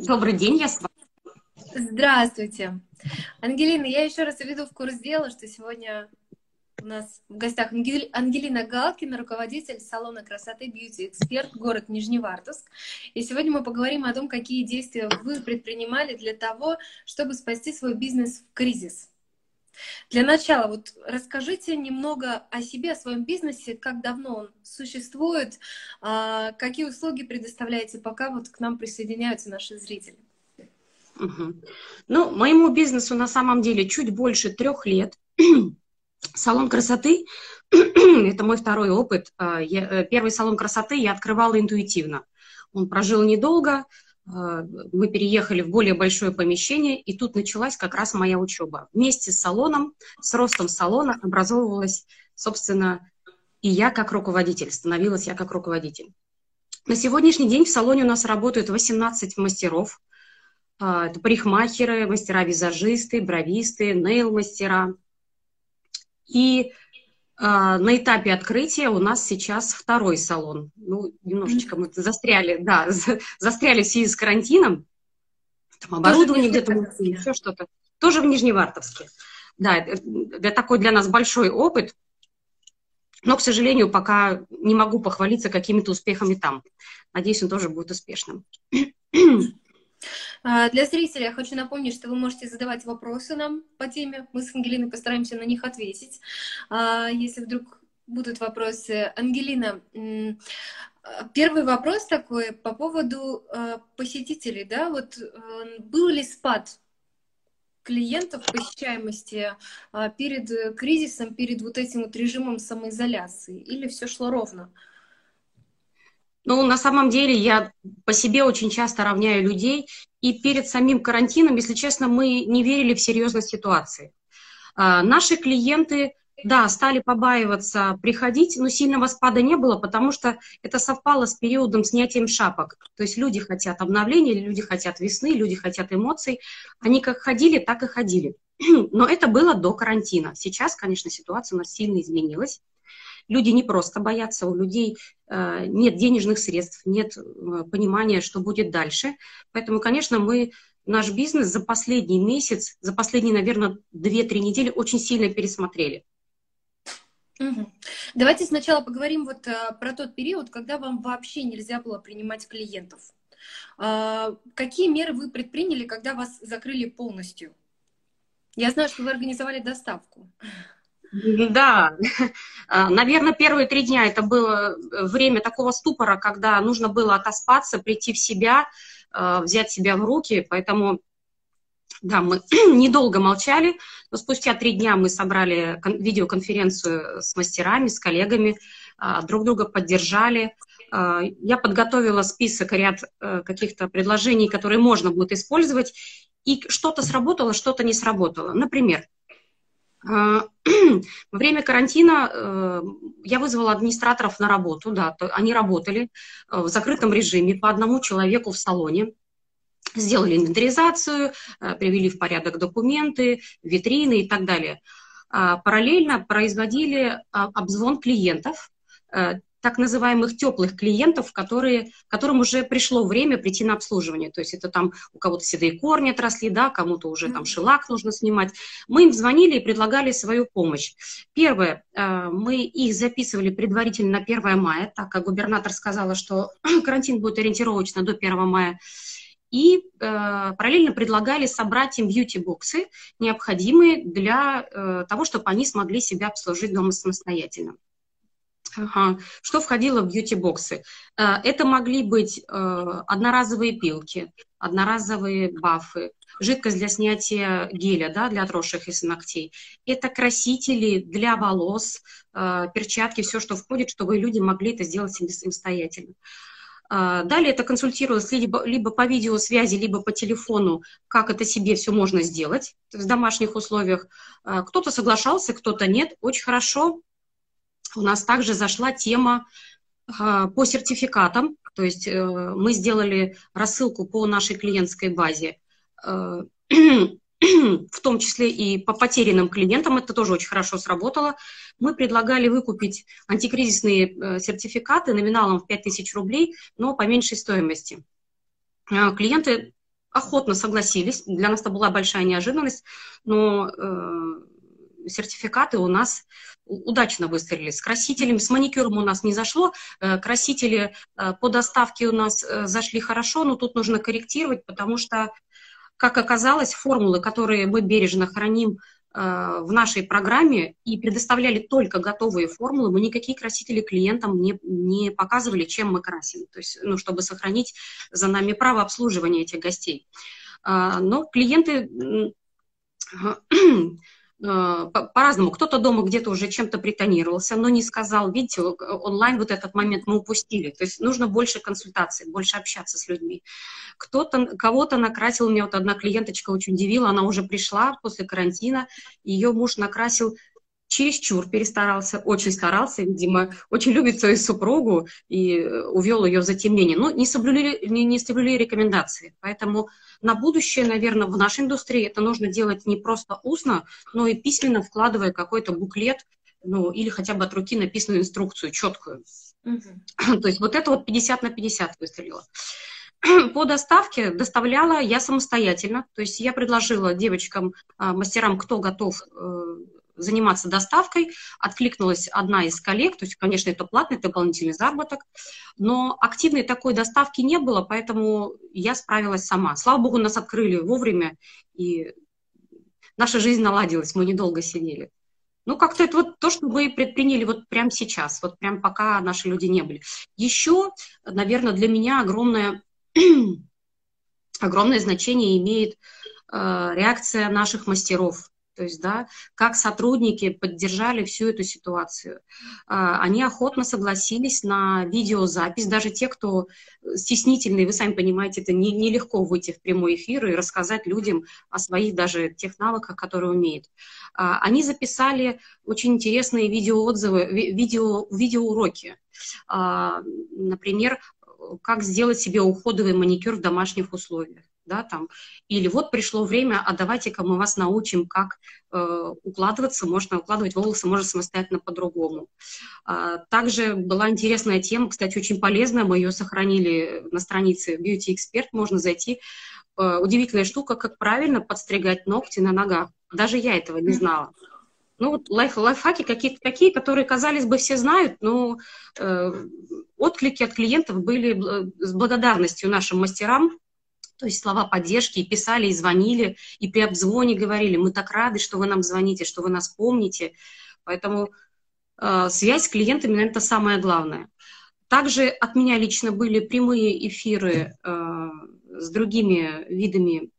Добрый день, я с вами. Здравствуйте. Ангелина, я еще раз введу в курс дела, что сегодня у нас в гостях Ангелина Галкина, руководитель салона красоты Beauty Expert, город Нижневартовск. И сегодня мы поговорим о том, какие действия вы предпринимали для того, чтобы спасти свой бизнес в кризис. Для начала, вот расскажите немного о себе, о своем бизнесе, как давно он существует, какие услуги предоставляете, пока вот к нам присоединяются наши зрители. Мгм. Ну, моему бизнесу на самом деле чуть больше 3 лет. Салон красоты– это мой второй опыт. Первый салон красоты я открывала интуитивно. Он прожил недолго, мы переехали в более большое помещение, и тут началась как раз моя учеба. Вместе с салоном, с ростом салона образовывалась, собственно, и я как руководитель, становилась я как руководитель. На сегодняшний день в салоне у нас работают 18 мастеров. Это парикмахеры, мастера-визажисты, бровисты, нейл-мастера. И на этапе открытия у нас сейчас второй салон. Ну, немножечко мы застряли, да, застряли в связи с карантином. Там оборудование где-то, еще что-то. Тоже в Нижневартовске. Да, это такой для нас большой опыт. Но, к сожалению, пока не могу похвалиться какими-то успехами там. Надеюсь, он тоже будет успешным. Для зрителей я хочу напомнить, что вы можете задавать вопросы нам по теме. Мы с Ангелиной постараемся на них ответить. Если вдруг будут вопросы. Ангелина, первый вопрос такой по поводу посетителей. Да? Вот, был ли спад клиентов, посещаемости перед кризисом, перед вот этим вот режимом самоизоляции? Или все шло ровно? Ну, на самом деле, я по себе очень часто равняю людей, и перед самим карантином, если честно, мы не верили в серьезность ситуации. Наши клиенты, да, стали побаиваться приходить, но сильного спада не было, потому что это совпало с периодом снятием шапок. То есть люди хотят обновления, люди хотят весны, люди хотят эмоций. Они как ходили, так и ходили. Но это было до карантина. Сейчас, конечно, ситуация у нас сильно изменилась. Люди не просто боятся, у людей нет денежных средств, нет понимания, что будет дальше. Поэтому, конечно, наш бизнес за последний месяц, за последние, наверное, 2-3 недели очень сильно пересмотрели. Угу. Давайте сначала поговорим вот про тот период, когда вам вообще нельзя было принимать клиентов. Какие меры вы предприняли, когда вас закрыли полностью? Я знаю, что вы организовали доставку. Да, наверное, первые 3 дня это было время такого ступора, когда нужно было отоспаться, прийти в себя, взять себя в руки, поэтому, да, мы недолго молчали, но спустя 3 дня мы собрали видеоконференцию с мастерами, с коллегами, друг друга поддержали. Я подготовила список, ряд каких-то предложений, которые можно будет использовать, и что-то сработало, что-то не сработало. Например, во время карантина я вызвала администраторов на работу, да, они работали в закрытом режиме по одному человеку в салоне, сделали инвентаризацию, привели в порядок документы, витрины и так далее. Параллельно производили обзвон клиентов, так называемых теплых клиентов, которым уже пришло время прийти на обслуживание. То есть это там у кого-то седые корни отросли, да, кому-то уже там шелак нужно снимать. Мы им звонили и предлагали свою помощь. Первое, мы их записывали предварительно на 1 мая, так как губернатор сказала, что карантин будет ориентировочно до 1 мая. И параллельно предлагали собрать им бьюти-боксы, необходимые для того, чтобы они смогли себя обслужить дома самостоятельно. Что входило в бьюти-боксы? Это могли быть одноразовые пилки, одноразовые бафы, жидкость для снятия геля, да, для отросших из ногтей. Это красители для волос, перчатки, все, что входит, чтобы люди могли это сделать самостоятельно. Далее это консультировалось либо по видеосвязи, либо по телефону, как это себе все можно сделать в домашних условиях. Кто-то соглашался, кто-то нет. Очень хорошо. У нас также зашла тема по сертификатам, то есть мы сделали рассылку по нашей клиентской базе, в том числе и по потерянным клиентам, это тоже очень хорошо сработало. Мы предлагали выкупить антикризисные сертификаты номиналом в 5000 рублей, но по меньшей стоимости. Клиенты охотно согласились. Для нас это была большая неожиданность, но сертификаты у нас удачно выстрелили. С красителями, с маникюром у нас не зашло. Красители по доставке у нас зашли хорошо, но тут нужно корректировать, потому что, как оказалось, формулы, которые мы бережно храним в нашей программе и предоставляли только готовые формулы, мы никакие красители клиентам не показывали, чем мы красим, то есть, ну, чтобы сохранить за нами право обслуживания этих гостей. Но клиенты по-разному. Кто-то дома где-то уже чем-то притонировался, но не сказал. Видите, онлайн вот этот момент мы упустили. То есть нужно больше консультаций, больше общаться с людьми. Кого-то накрасил, меня вот одна клиенточка очень удивила, она уже пришла после карантина, ее муж накрасил чересчур, перестарался, очень старался, видимо, очень любит свою супругу и увел ее в затемнение. Но не соблюли рекомендации. Поэтому на будущее, наверное, в нашей индустрии это нужно делать не просто устно, но и письменно, вкладывая какой-то буклет, ну, или хотя бы от руки написанную инструкцию, четкую. То есть вот это вот 50 на 50 выстрелило. По доставке доставляла я самостоятельно, то есть я предложила девочкам, мастерам, кто готов заниматься доставкой, откликнулась одна из коллег, то есть, конечно, это платный дополнительный заработок, но активной такой доставки не было, поэтому я справилась сама. Слава богу, нас открыли вовремя, и наша жизнь наладилась, мы недолго сидели. Ну, как-то это вот то, что мы предприняли вот прямо сейчас, вот прям пока наши люди не были. Еще, наверное, для меня огромное значение имеет реакция наших мастеров. То есть, да, как сотрудники поддержали всю эту ситуацию. Они охотно согласились на видеозапись, даже те, кто стеснительный, вы сами понимаете, это нелегко выйти в прямой эфир и рассказать людям о своих даже тех навыках, которые умеют. Они записали очень интересные видеоотзывы, видеоуроки. Например, как сделать себе уходовый маникюр в домашних условиях. Да, там. Или вот пришло время, а давайте-ка мы вас научим, как укладываться, можно укладывать волосы, можно самостоятельно по-другому. Также была интересная тема, кстати, очень полезная, мы ее сохранили на странице Beauty Expert, можно зайти. Удивительная штука, как правильно подстригать ногти на ногах. Даже я этого не знала. Ну, вот лайфхаки какие-то такие, которые, казалось бы, все знают, но отклики от клиентов были с благодарностью нашим мастерам. То есть слова поддержки, и писали, и звонили, и при обзвоне говорили: мы так рады, что вы нам звоните, что вы нас помните. Поэтому связь с клиентами, наверное, это самое главное. Также от меня лично были прямые эфиры с другими видами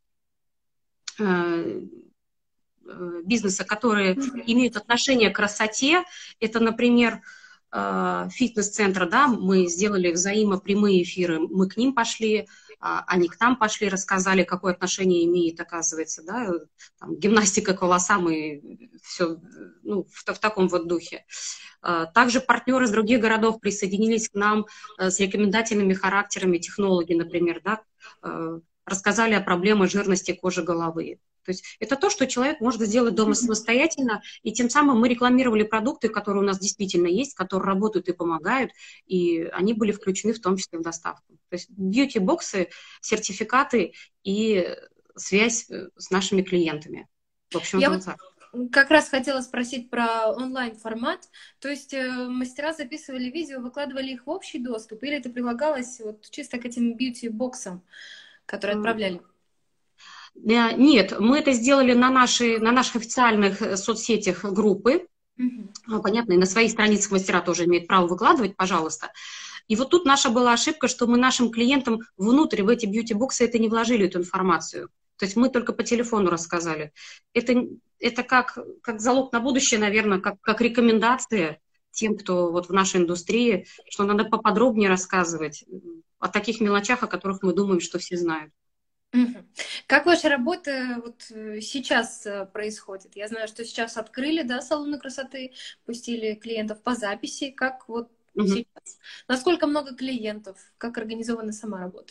бизнеса, которые имеют отношение к красоте. Это, например, фитнес-центра, да, мы сделали взаимопрямые эфиры, мы к ним пошли, они к нам пошли, рассказали, какое отношение имеет, оказывается, да, там, гимнастика к волосам и все, ну, в таком вот духе. Также партнеры из других городов присоединились к нам с рекомендательными характерами, технологи, например, да, рассказали о проблемах жирности кожи головы. То есть это то, что человек может сделать дома самостоятельно, и тем самым мы рекламировали продукты, которые у нас действительно есть, которые работают и помогают, и они были включены в том числе в доставку. То есть бьюти-боксы, сертификаты и связь с нашими клиентами. В общем, я вот как раз хотела спросить про онлайн-формат. То есть мастера записывали видео, выкладывали их в общий доступ, или это прилагалось вот чисто к этим бьюти-боксам, которые отправляли? Нет, мы это сделали на наших официальных соцсетях группы. Понятно, и на своих страницах мастера тоже имеют право выкладывать, пожалуйста. И вот тут наша была ошибка, что мы нашим клиентам внутрь в эти бьюти-боксы это не вложили, эту информацию. То есть мы только по телефону рассказали. Это как залог на будущее, наверное, как рекомендация тем, кто вот в нашей индустрии, что надо поподробнее рассказывать о таких мелочах, о которых мы думаем, что все знают. Как ваша работа вот сейчас происходит? Я знаю, что сейчас открыли, да, салоны красоты, пустили клиентов по записи. Как вот сейчас? Насколько много клиентов? Как организована сама работа?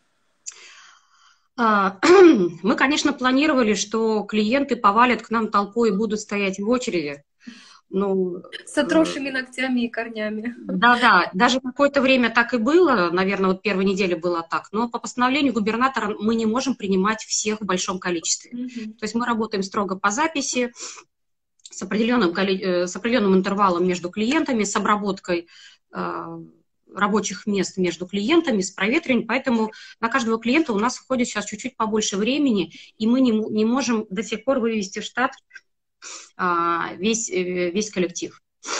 Мы, конечно, планировали, что клиенты повалят к нам толпой и будут стоять в очереди. Ну, С отросшими ногтями и корнями. да-да, даже какое-то время так и было, наверное, вот первой неделе было так, но по постановлению губернатора мы не можем принимать всех в большом количестве. То есть мы работаем строго по записи, с определенным интервалом между клиентами, с обработкой рабочих мест между клиентами, с проветриванием, поэтому на каждого клиента у нас уходит сейчас чуть-чуть побольше времени, и мы не можем до сих пор вывести в штат весь коллектив.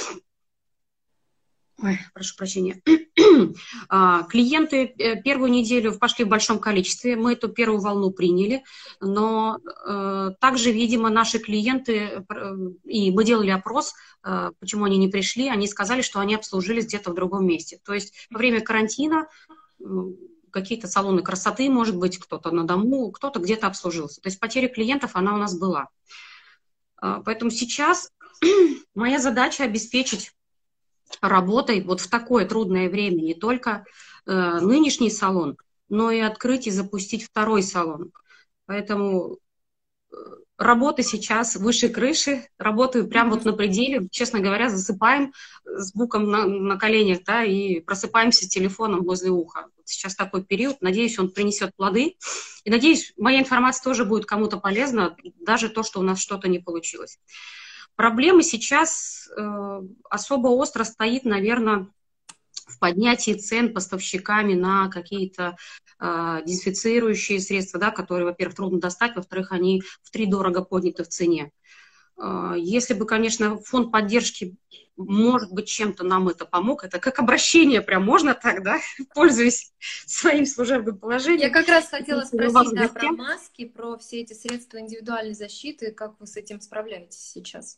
Ой, прошу прощения. Клиенты первую неделю пошли в большом количестве, мы эту первую волну приняли, но также, видимо, наши клиенты, и мы делали опрос, почему они не пришли, они сказали, что они обслужились где-то в другом месте. То есть во время карантина какие-то салоны красоты, может быть, кто-то на дому, кто-то где-то обслужился. То есть потеря клиентов, она у нас была. Поэтому сейчас моя задача обеспечить работой вот в такое трудное время не только нынешний салон, но и открыть и запустить второй салон. Поэтому работа сейчас выше крыши, работаю прям вот на пределе, честно говоря, засыпаем с буком на коленях, да, и просыпаемся с телефоном возле уха. Сейчас такой период, надеюсь, он принесет плоды, и надеюсь, моя информация тоже будет кому-то полезна, даже то, что у нас что-то не получилось. Проблема сейчас особо остро стоит, наверное, в поднятии цен поставщиками на какие-то дезинфицирующие средства, да, которые, во-первых, трудно достать, во-вторых, они втридорого подняты в цене. Если бы, конечно, фонд поддержки, может быть, чем-то нам это помог, это как обращение, прям можно так, да, пользуясь своим служебным положением. Я как раз хотела спросить, да, про маски, про все эти средства индивидуальной защиты, как вы с этим справляетесь сейчас?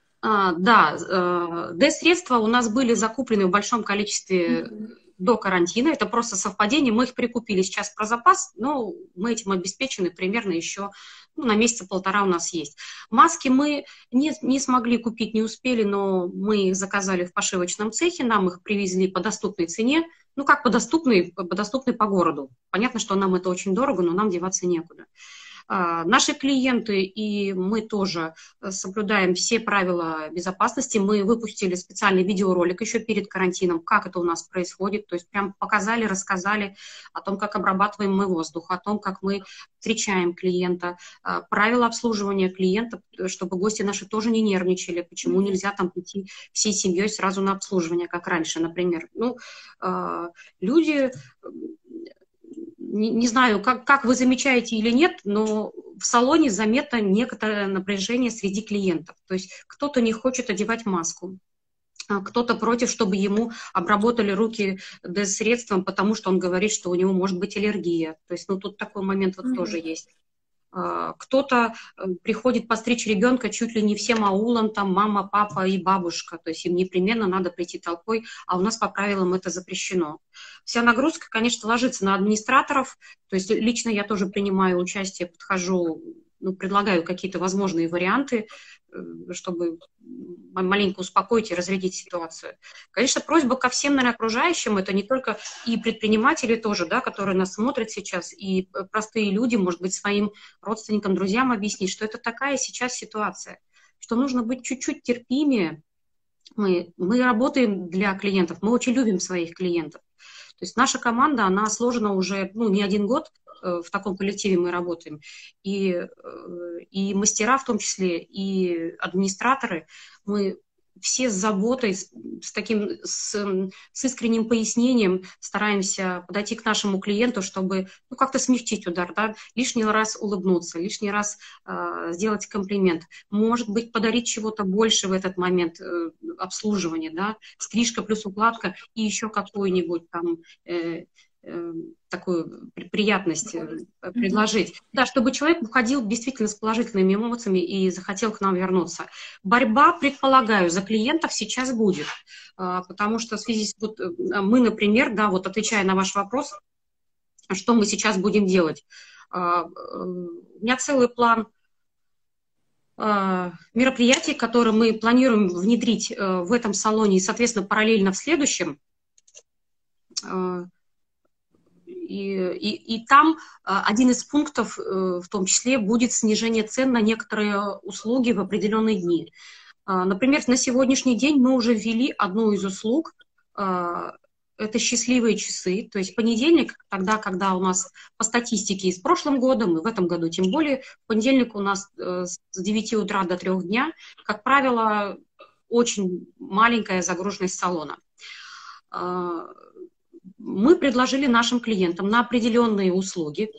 Да, D-средства у нас были закуплены в большом количестве до карантина, это просто совпадение, мы их прикупили сейчас про запас, но мы этим обеспечены примерно еще на месяца полтора у нас есть. Маски мы не смогли купить, не успели, но мы их заказали в пошивочном цехе, нам их привезли по доступной цене, ну как по доступной по городу. Понятно, что нам это очень дорого, но нам деваться некуда. Наши клиенты и мы тоже соблюдаем все правила безопасности. Мы выпустили специальный видеоролик еще перед карантином, как это у нас происходит. То есть прям показали, рассказали о том, как обрабатываем мы воздух, о том, как мы встречаем клиента, правила обслуживания клиента, чтобы гости наши тоже не нервничали, почему нельзя там прийти всей семьей сразу на обслуживание, как раньше, например. Ну, люди... Не знаю, как вы замечаете или нет, но в салоне заметно некоторое напряжение среди клиентов. То есть кто-то не хочет одевать маску, кто-то против, чтобы ему обработали руки средством, потому что он говорит, что у него может быть аллергия. То есть, ну, тут такой момент вот тоже есть. Кто-то приходит постричь ребенка чуть ли не всем аулом, там мама, папа и бабушка, то есть им непременно надо прийти толпой, а у нас по правилам это запрещено. Вся нагрузка, конечно, ложится на администраторов, то есть лично я тоже принимаю участие, подхожу, ну, предлагаю какие-то возможные варианты, чтобы маленько успокоить и разрядить ситуацию. Конечно, просьба ко всем, наверное, окружающим, это не только и предприниматели тоже, да, которые нас смотрят сейчас, и простые люди, может быть, своим родственникам, друзьям объяснить, что это такая сейчас ситуация, что нужно быть чуть-чуть терпимее. Мы работаем для клиентов, мы очень любим своих клиентов. То есть наша команда, она сложена уже, ну, не один год, в таком коллективе мы работаем, и мастера в том числе, и администраторы, мы все с заботой, с искренним пояснением стараемся подойти к нашему клиенту, чтобы, ну, как-то смягчить удар, да, лишний раз улыбнуться, лишний раз сделать комплимент, может быть, подарить чего-то больше в этот момент обслуживания, да, стрижка плюс укладка и еще какую-нибудь там такую приятность предложить. Да, чтобы человек уходил действительно с положительными эмоциями и захотел к нам вернуться. Борьба, предполагаю, за клиентов сейчас будет, потому что в связи с... Вот, мы, например, да, вот отвечая на ваш вопрос, что мы сейчас будем делать. У меня целый план мероприятий, которые мы планируем внедрить в этом салоне и, соответственно, параллельно в следующем. И там один из пунктов, в том числе, будет снижение цен на некоторые услуги в определенные дни. Например, на сегодняшний день мы уже ввели одну из услуг, это счастливые часы, то есть понедельник, тогда, когда у нас по статистике и с прошлым годом, и в этом году тем более, понедельник у нас с 9 утра до 3 дня, как правило, очень маленькая загруженность салона. Мы предложили нашим клиентам на определенные услуги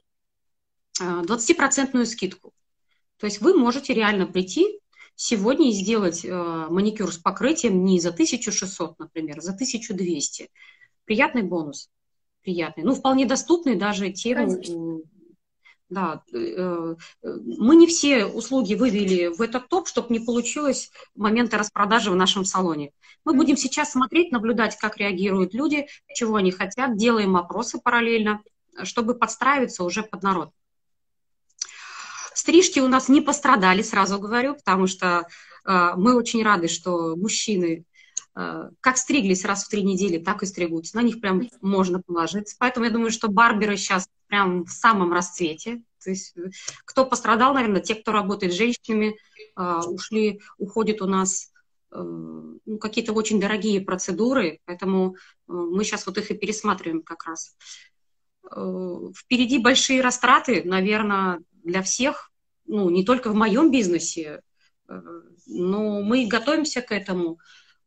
20% скидку. То есть вы можете реально прийти сегодня и сделать маникюр с покрытием не за 1600, например, за 1200. Приятный бонус. Приятный. Ну, вполне доступный даже тем... Да, мы не все услуги вывели в этот топ, чтобы не получилось момента распродажи в нашем салоне. Мы будем сейчас смотреть, наблюдать, как реагируют люди, чего они хотят, делаем опросы параллельно, чтобы подстраиваться уже под народ. Стрижки у нас не пострадали, сразу говорю, потому что мы очень рады, что мужчины как стриглись раз в 3 недели, так и стригутся. На них прям можно положиться. Поэтому я думаю, что барберы сейчас прям в самом расцвете. То есть кто пострадал, наверное, те, кто работает с женщинами, уходят у нас какие-то очень дорогие процедуры, поэтому мы сейчас вот их и пересматриваем как раз. Впереди большие растраты, наверное, для всех, ну, не только в моем бизнесе, но мы готовимся к этому.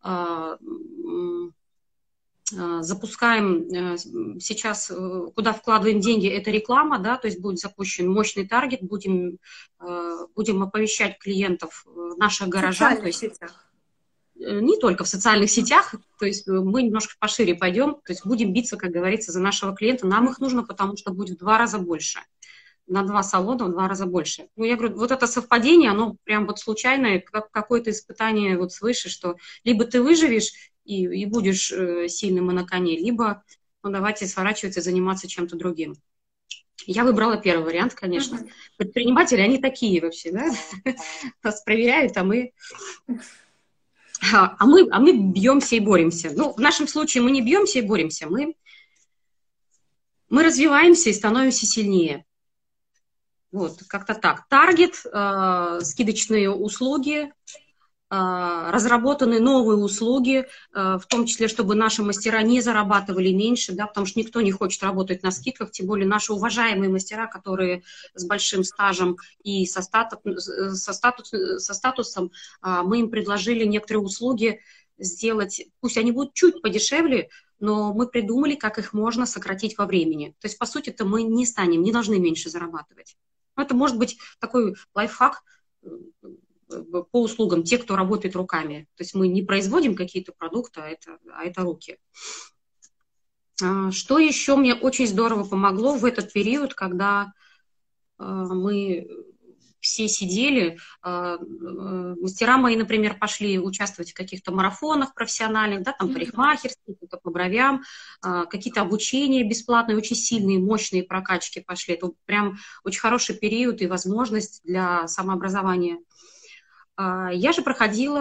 Запускаем сейчас, куда вкладываем деньги, это реклама, да, то есть будет запущен мощный таргет, будем оповещать клиентов наших горожан. То есть, не только в социальных сетях, то есть мы немножко пошире пойдем, то есть будем биться, как говорится, за нашего клиента. Нам их нужно, потому что будет в 2 раза больше. На 2 салона в 2 раза больше. Ну, я говорю, вот это совпадение, оно прям вот случайное, как какое-то испытание вот свыше, что либо ты выживешь и будешь сильным и на коне, либо, ну, давайте сворачиваться и заниматься чем-то другим. Я выбрала первый вариант, конечно. Предприниматели, они такие вообще, да? Нас проверяют, а мы бьемся и боремся. Ну, в нашем случае мы не бьемся и боремся, мы развиваемся и становимся сильнее. Вот, как-то так. Таргет, скидочные услуги, разработаны новые услуги, в том числе, чтобы наши мастера не зарабатывали меньше, да, потому что никто не хочет работать на скидках, тем более наши уважаемые мастера, которые с большим стажем и со статусом, мы им предложили некоторые услуги сделать, пусть они будут чуть подешевле, но мы придумали, как их можно сократить во времени. То есть, по сути-то, мы не должны меньше зарабатывать. Это может быть такой лайфхак по услугам, те, кто работает руками. То есть мы не производим какие-то продукты, а это руки. Что еще мне очень здорово помогло в этот период, когда мы все сидели, мастера мои, например, пошли участвовать в каких-то марафонах профессиональных, да, там парикмахерские, по бровям, какие-то обучения бесплатные, очень сильные, мощные прокачки пошли. Это прям очень хороший период и возможность для самообразования. Я же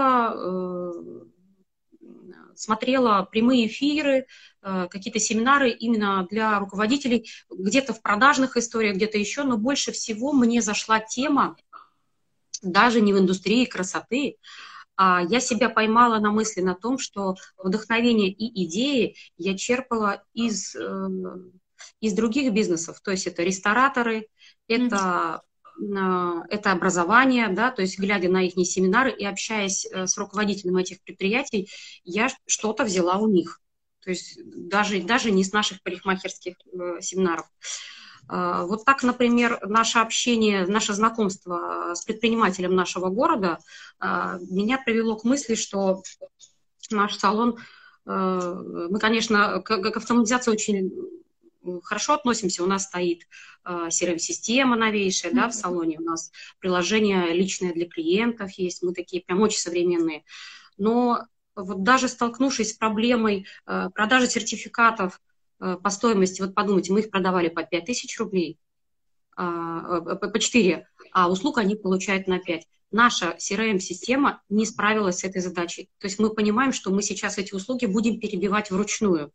смотрела прямые эфиры, какие-то семинары именно для руководителей, где-то в продажных историях, где-то еще, но больше всего мне зашла тема, даже не в индустрии красоты, а я себя поймала на мысли на том, что вдохновение и идеи я черпала из других бизнесов, то есть это рестораторы, это образование, да, то есть глядя на их семинары и общаясь с руководителем этих предприятий, я что-то взяла у них. То есть даже не с наших парикмахерских семинаров. Вот так, например, наше общение, наше знакомство с предпринимателем нашего города меня привело к мысли, что наш салон, мы, конечно, к автоматизации очень хорошо относимся. У нас стоит CRM-система новейшая, да, в салоне. У нас приложение личное для клиентов есть. Мы такие прям очень современные. Но вот даже столкнувшись с проблемой продажи сертификатов по стоимости, вот подумайте, мы их продавали по 5000 рублей, по 4, а услуг они получают на 5. Наша CRM-система не справилась с этой задачей. То есть мы понимаем, что мы сейчас эти услуги будем перебивать вручную.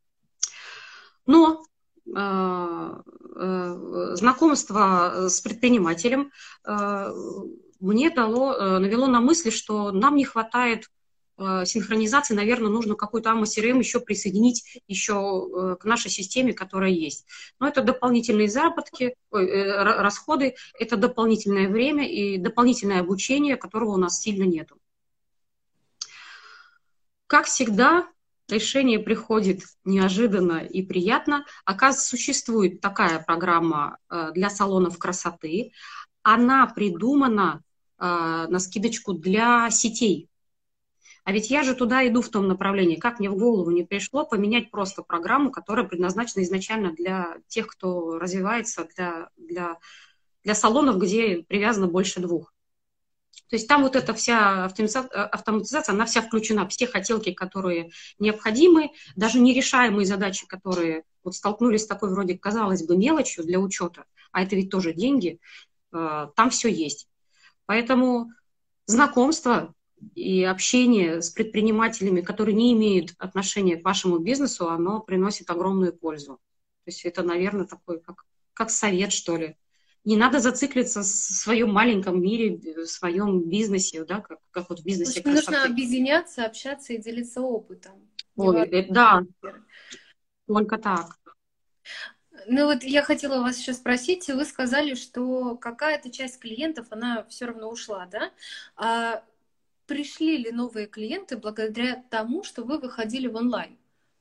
Но знакомство с предпринимателем мне навело на мысли, что нам не хватает синхронизации, наверное, нужно какой-то AMO CRM еще присоединить еще к нашей системе, которая есть. Но это дополнительные заработки, расходы, это дополнительное время и дополнительное обучение, которого у нас сильно нету. Как всегда, решение приходит неожиданно и приятно. Оказывается, существует такая программа для салонов красоты. Она придумана на скидочку для сетей. А ведь я же туда иду в том направлении. Как мне в голову не пришло поменять просто программу, которая предназначена изначально для тех, кто развивается, для салонов, где привязано больше 2. То есть там вот эта вся автоматизация, она вся включена, все хотелки, которые необходимы, даже нерешаемые задачи, которые вот столкнулись с такой вроде, казалось бы, мелочью для учета, а это ведь тоже деньги, там все есть. Поэтому знакомство и общение с предпринимателями, которые не имеют отношения к вашему бизнесу, оно приносит огромную пользу. То есть это, наверное, такой как совет, что ли. Не надо зациклиться в своем маленьком мире, в своем бизнесе, да, как вот в бизнесе красоты. Нужно объединяться, общаться и делиться опытом. Ой, да, только так. Ну вот я хотела вас еще спросить, вы сказали, что какая-то часть клиентов, она все равно ушла, да? А пришли ли новые клиенты благодаря тому, что вы выходили в онлайн?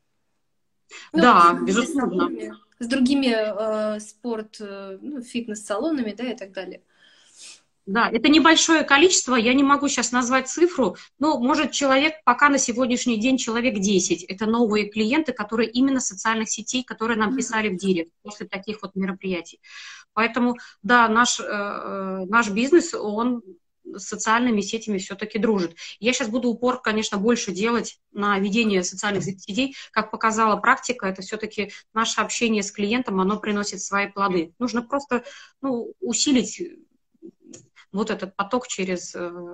Да, безусловно. С другими фитнес-салонами, да, и так далее. Да, это небольшое количество, я не могу сейчас назвать цифру, но, может, человек, пока на сегодняшний день человек 10. Это новые клиенты, которые именно социальных сетей, которые нам писали в директ после таких вот мероприятий. Поэтому, да, наш бизнес, он с социальными сетями все-таки дружит. Я сейчас буду упор, конечно, больше делать на ведение социальных сетей. Как показала практика, это все-таки наше общение с клиентом, оно приносит свои плоды. Нужно просто усилить вот этот поток через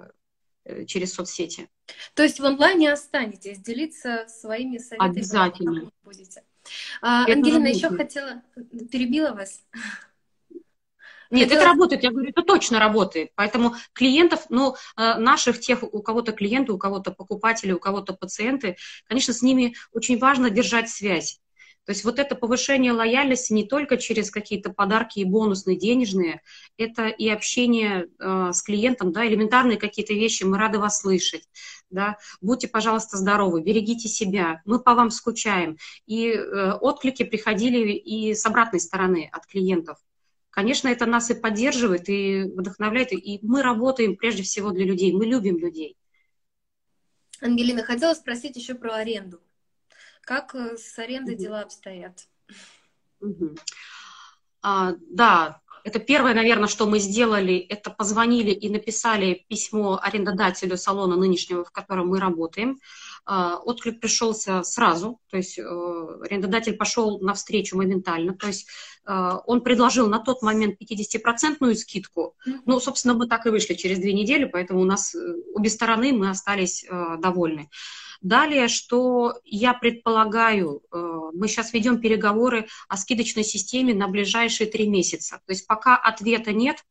соцсети. То есть в онлайне останетесь, делиться своими советами? Обязательно. Будете. Ангелина, еще хотела... Перебила вас? Нет, это работает, я говорю, это точно работает. Поэтому клиентов, наших тех, у кого-то клиенты, у кого-то покупатели, у кого-то пациенты, конечно, с ними очень важно держать связь. То есть вот это повышение лояльности не только через какие-то подарки и бонусные денежные, это и общение с клиентом, да, элементарные какие-то вещи, мы рады вас слышать, да, будьте, пожалуйста, здоровы, берегите себя, мы по вам скучаем. И отклики приходили и с обратной стороны от клиентов. Конечно, это нас и поддерживает, и вдохновляет, и мы работаем прежде всего для людей, мы любим людей. Ангелина, хотела спросить еще про аренду. Как с арендой дела обстоят? Да, это первое, наверное, что мы сделали, это позвонили и написали письмо арендодателю салона нынешнего, в котором мы работаем. Отклик пришелся сразу, то есть арендодатель пошел навстречу моментально, то есть он предложил на тот момент 50% скидку. Ну, собственно, мы так и вышли через 2 недели, поэтому у нас обе стороны, мы остались довольны. Далее, что я предполагаю, мы сейчас ведем переговоры о скидочной системе на ближайшие 3 месяца. То есть пока ответа нет,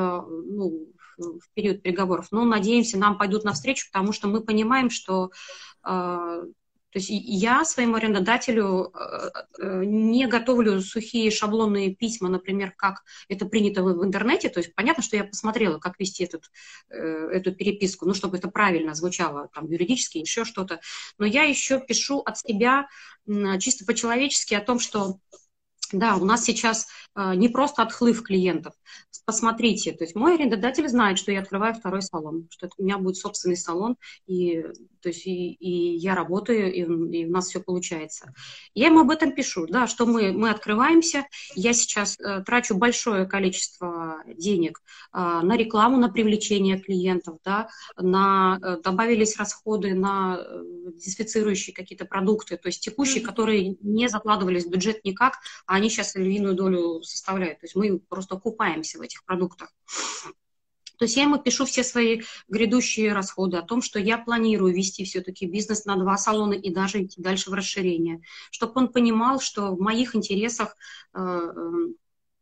в период переговоров, но надеемся, нам пойдут навстречу, потому что мы понимаем, что то есть я своему арендодателю не готовлю сухие шаблонные письма, например, как это принято в интернете. То есть понятно, что я посмотрела, как вести эту переписку, чтобы это правильно звучало, там, юридически, еще что-то. Но я еще пишу от себя чисто по-человечески о том, что да, у нас сейчас не просто отхлыв клиентов. Посмотрите, то есть мой арендодатель знает, что я открываю 2-й салон, что у меня будет собственный салон, и я работаю, и у нас все получается. Я ему об этом пишу, да, что мы открываемся, я сейчас трачу большое количество денег на рекламу, на привлечение клиентов, да, добавились расходы на дезинфицирующие какие-то продукты, то есть текущие, которые не закладывались в бюджет никак, а они сейчас львиную долю составляют. То есть мы просто купаемся в этих продуктах. То есть я ему пишу все свои грядущие расходы о том, что я планирую вести все-таки бизнес на 2 салона и даже идти дальше в расширение. Чтобы он понимал, что в моих интересах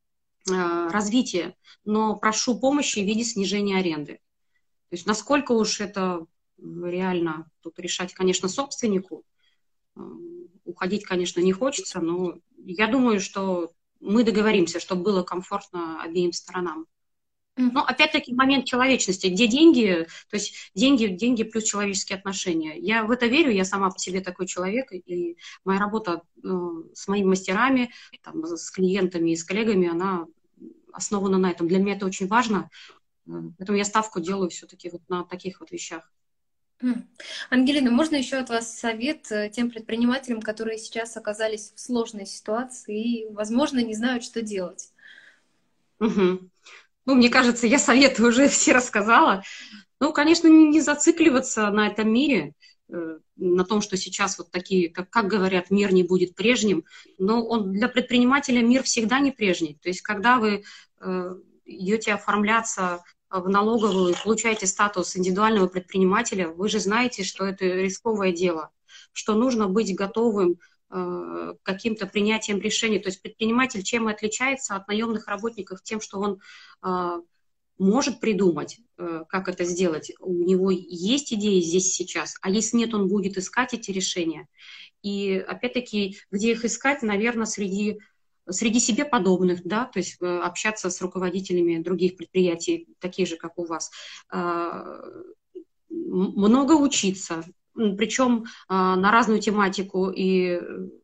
развития, но прошу помощи в виде снижения аренды. То есть насколько уж это реально тут решать, конечно, собственнику. Уходить, конечно, не хочется, но я думаю, что мы договоримся, чтобы было комфортно обеим сторонам. Но опять-таки момент человечности, где деньги, то есть деньги плюс человеческие отношения. Я в это верю, я сама по себе такой человек, и моя работа с моими мастерами, там, с клиентами и с коллегами, она основана на этом. Для меня это очень важно, поэтому я ставку делаю все-таки вот на таких вот вещах. Ангелина, можно еще от вас совет тем предпринимателям, которые сейчас оказались в сложной ситуации и, возможно, не знают, что делать? Угу. Ну, мне кажется, я советы уже все рассказала. Ну, конечно, не зацикливаться на этом мире, на том, что сейчас вот такие, как говорят, мир не будет прежним. Но он, для предпринимателя мир всегда не прежний. То есть, когда вы идете оформляться в налоговую, получаете статус индивидуального предпринимателя, вы же знаете, что это рисковое дело, что нужно быть готовым к каким-то принятием решений. То есть предприниматель чем и отличается от наемных работников? Тем, что он может придумать, как это сделать. У него есть идеи здесь сейчас, а если нет, он будет искать эти решения. И опять-таки, где их искать, наверное, среди себе подобных, да, то есть общаться с руководителями других предприятий, таких же, как у вас, много учиться, причем на разную тематику и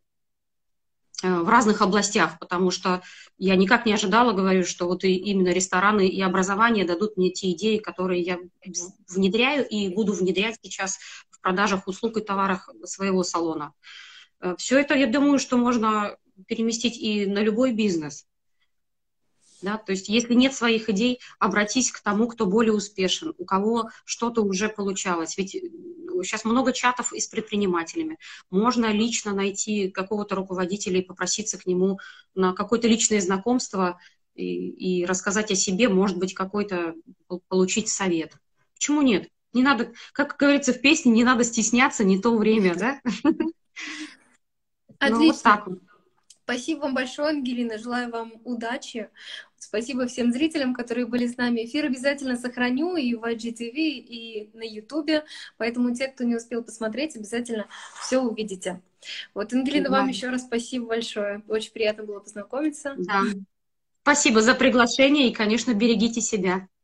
в разных областях, потому что я никак не ожидала, говорю, что вот именно рестораны и образование дадут мне те идеи, которые я внедряю и буду внедрять сейчас в продажах услуг и товарах своего салона. Все это, я думаю, что можно переместить и на любой бизнес. Да? То есть если нет своих идей, обратись к тому, кто более успешен, у кого что-то уже получалось. Ведь сейчас много чатов и с предпринимателями. Можно лично найти какого-то руководителя и попроситься к нему на какое-то личное знакомство и рассказать о себе, может быть, какой-то получить совет. Почему нет? Не надо, как говорится в песне, не надо стесняться, не то время, да? Отлично. Ну, вот так вот. Спасибо вам большое, Ангелина. Желаю вам удачи. Спасибо всем зрителям, которые были с нами. Эфир обязательно сохраню и в IGTV, и на YouTube. Поэтому те, кто не успел посмотреть, обязательно все увидите. Вот, Ангелина, вам еще раз спасибо большое. Очень приятно было познакомиться. Да. Спасибо за приглашение и, конечно, берегите себя.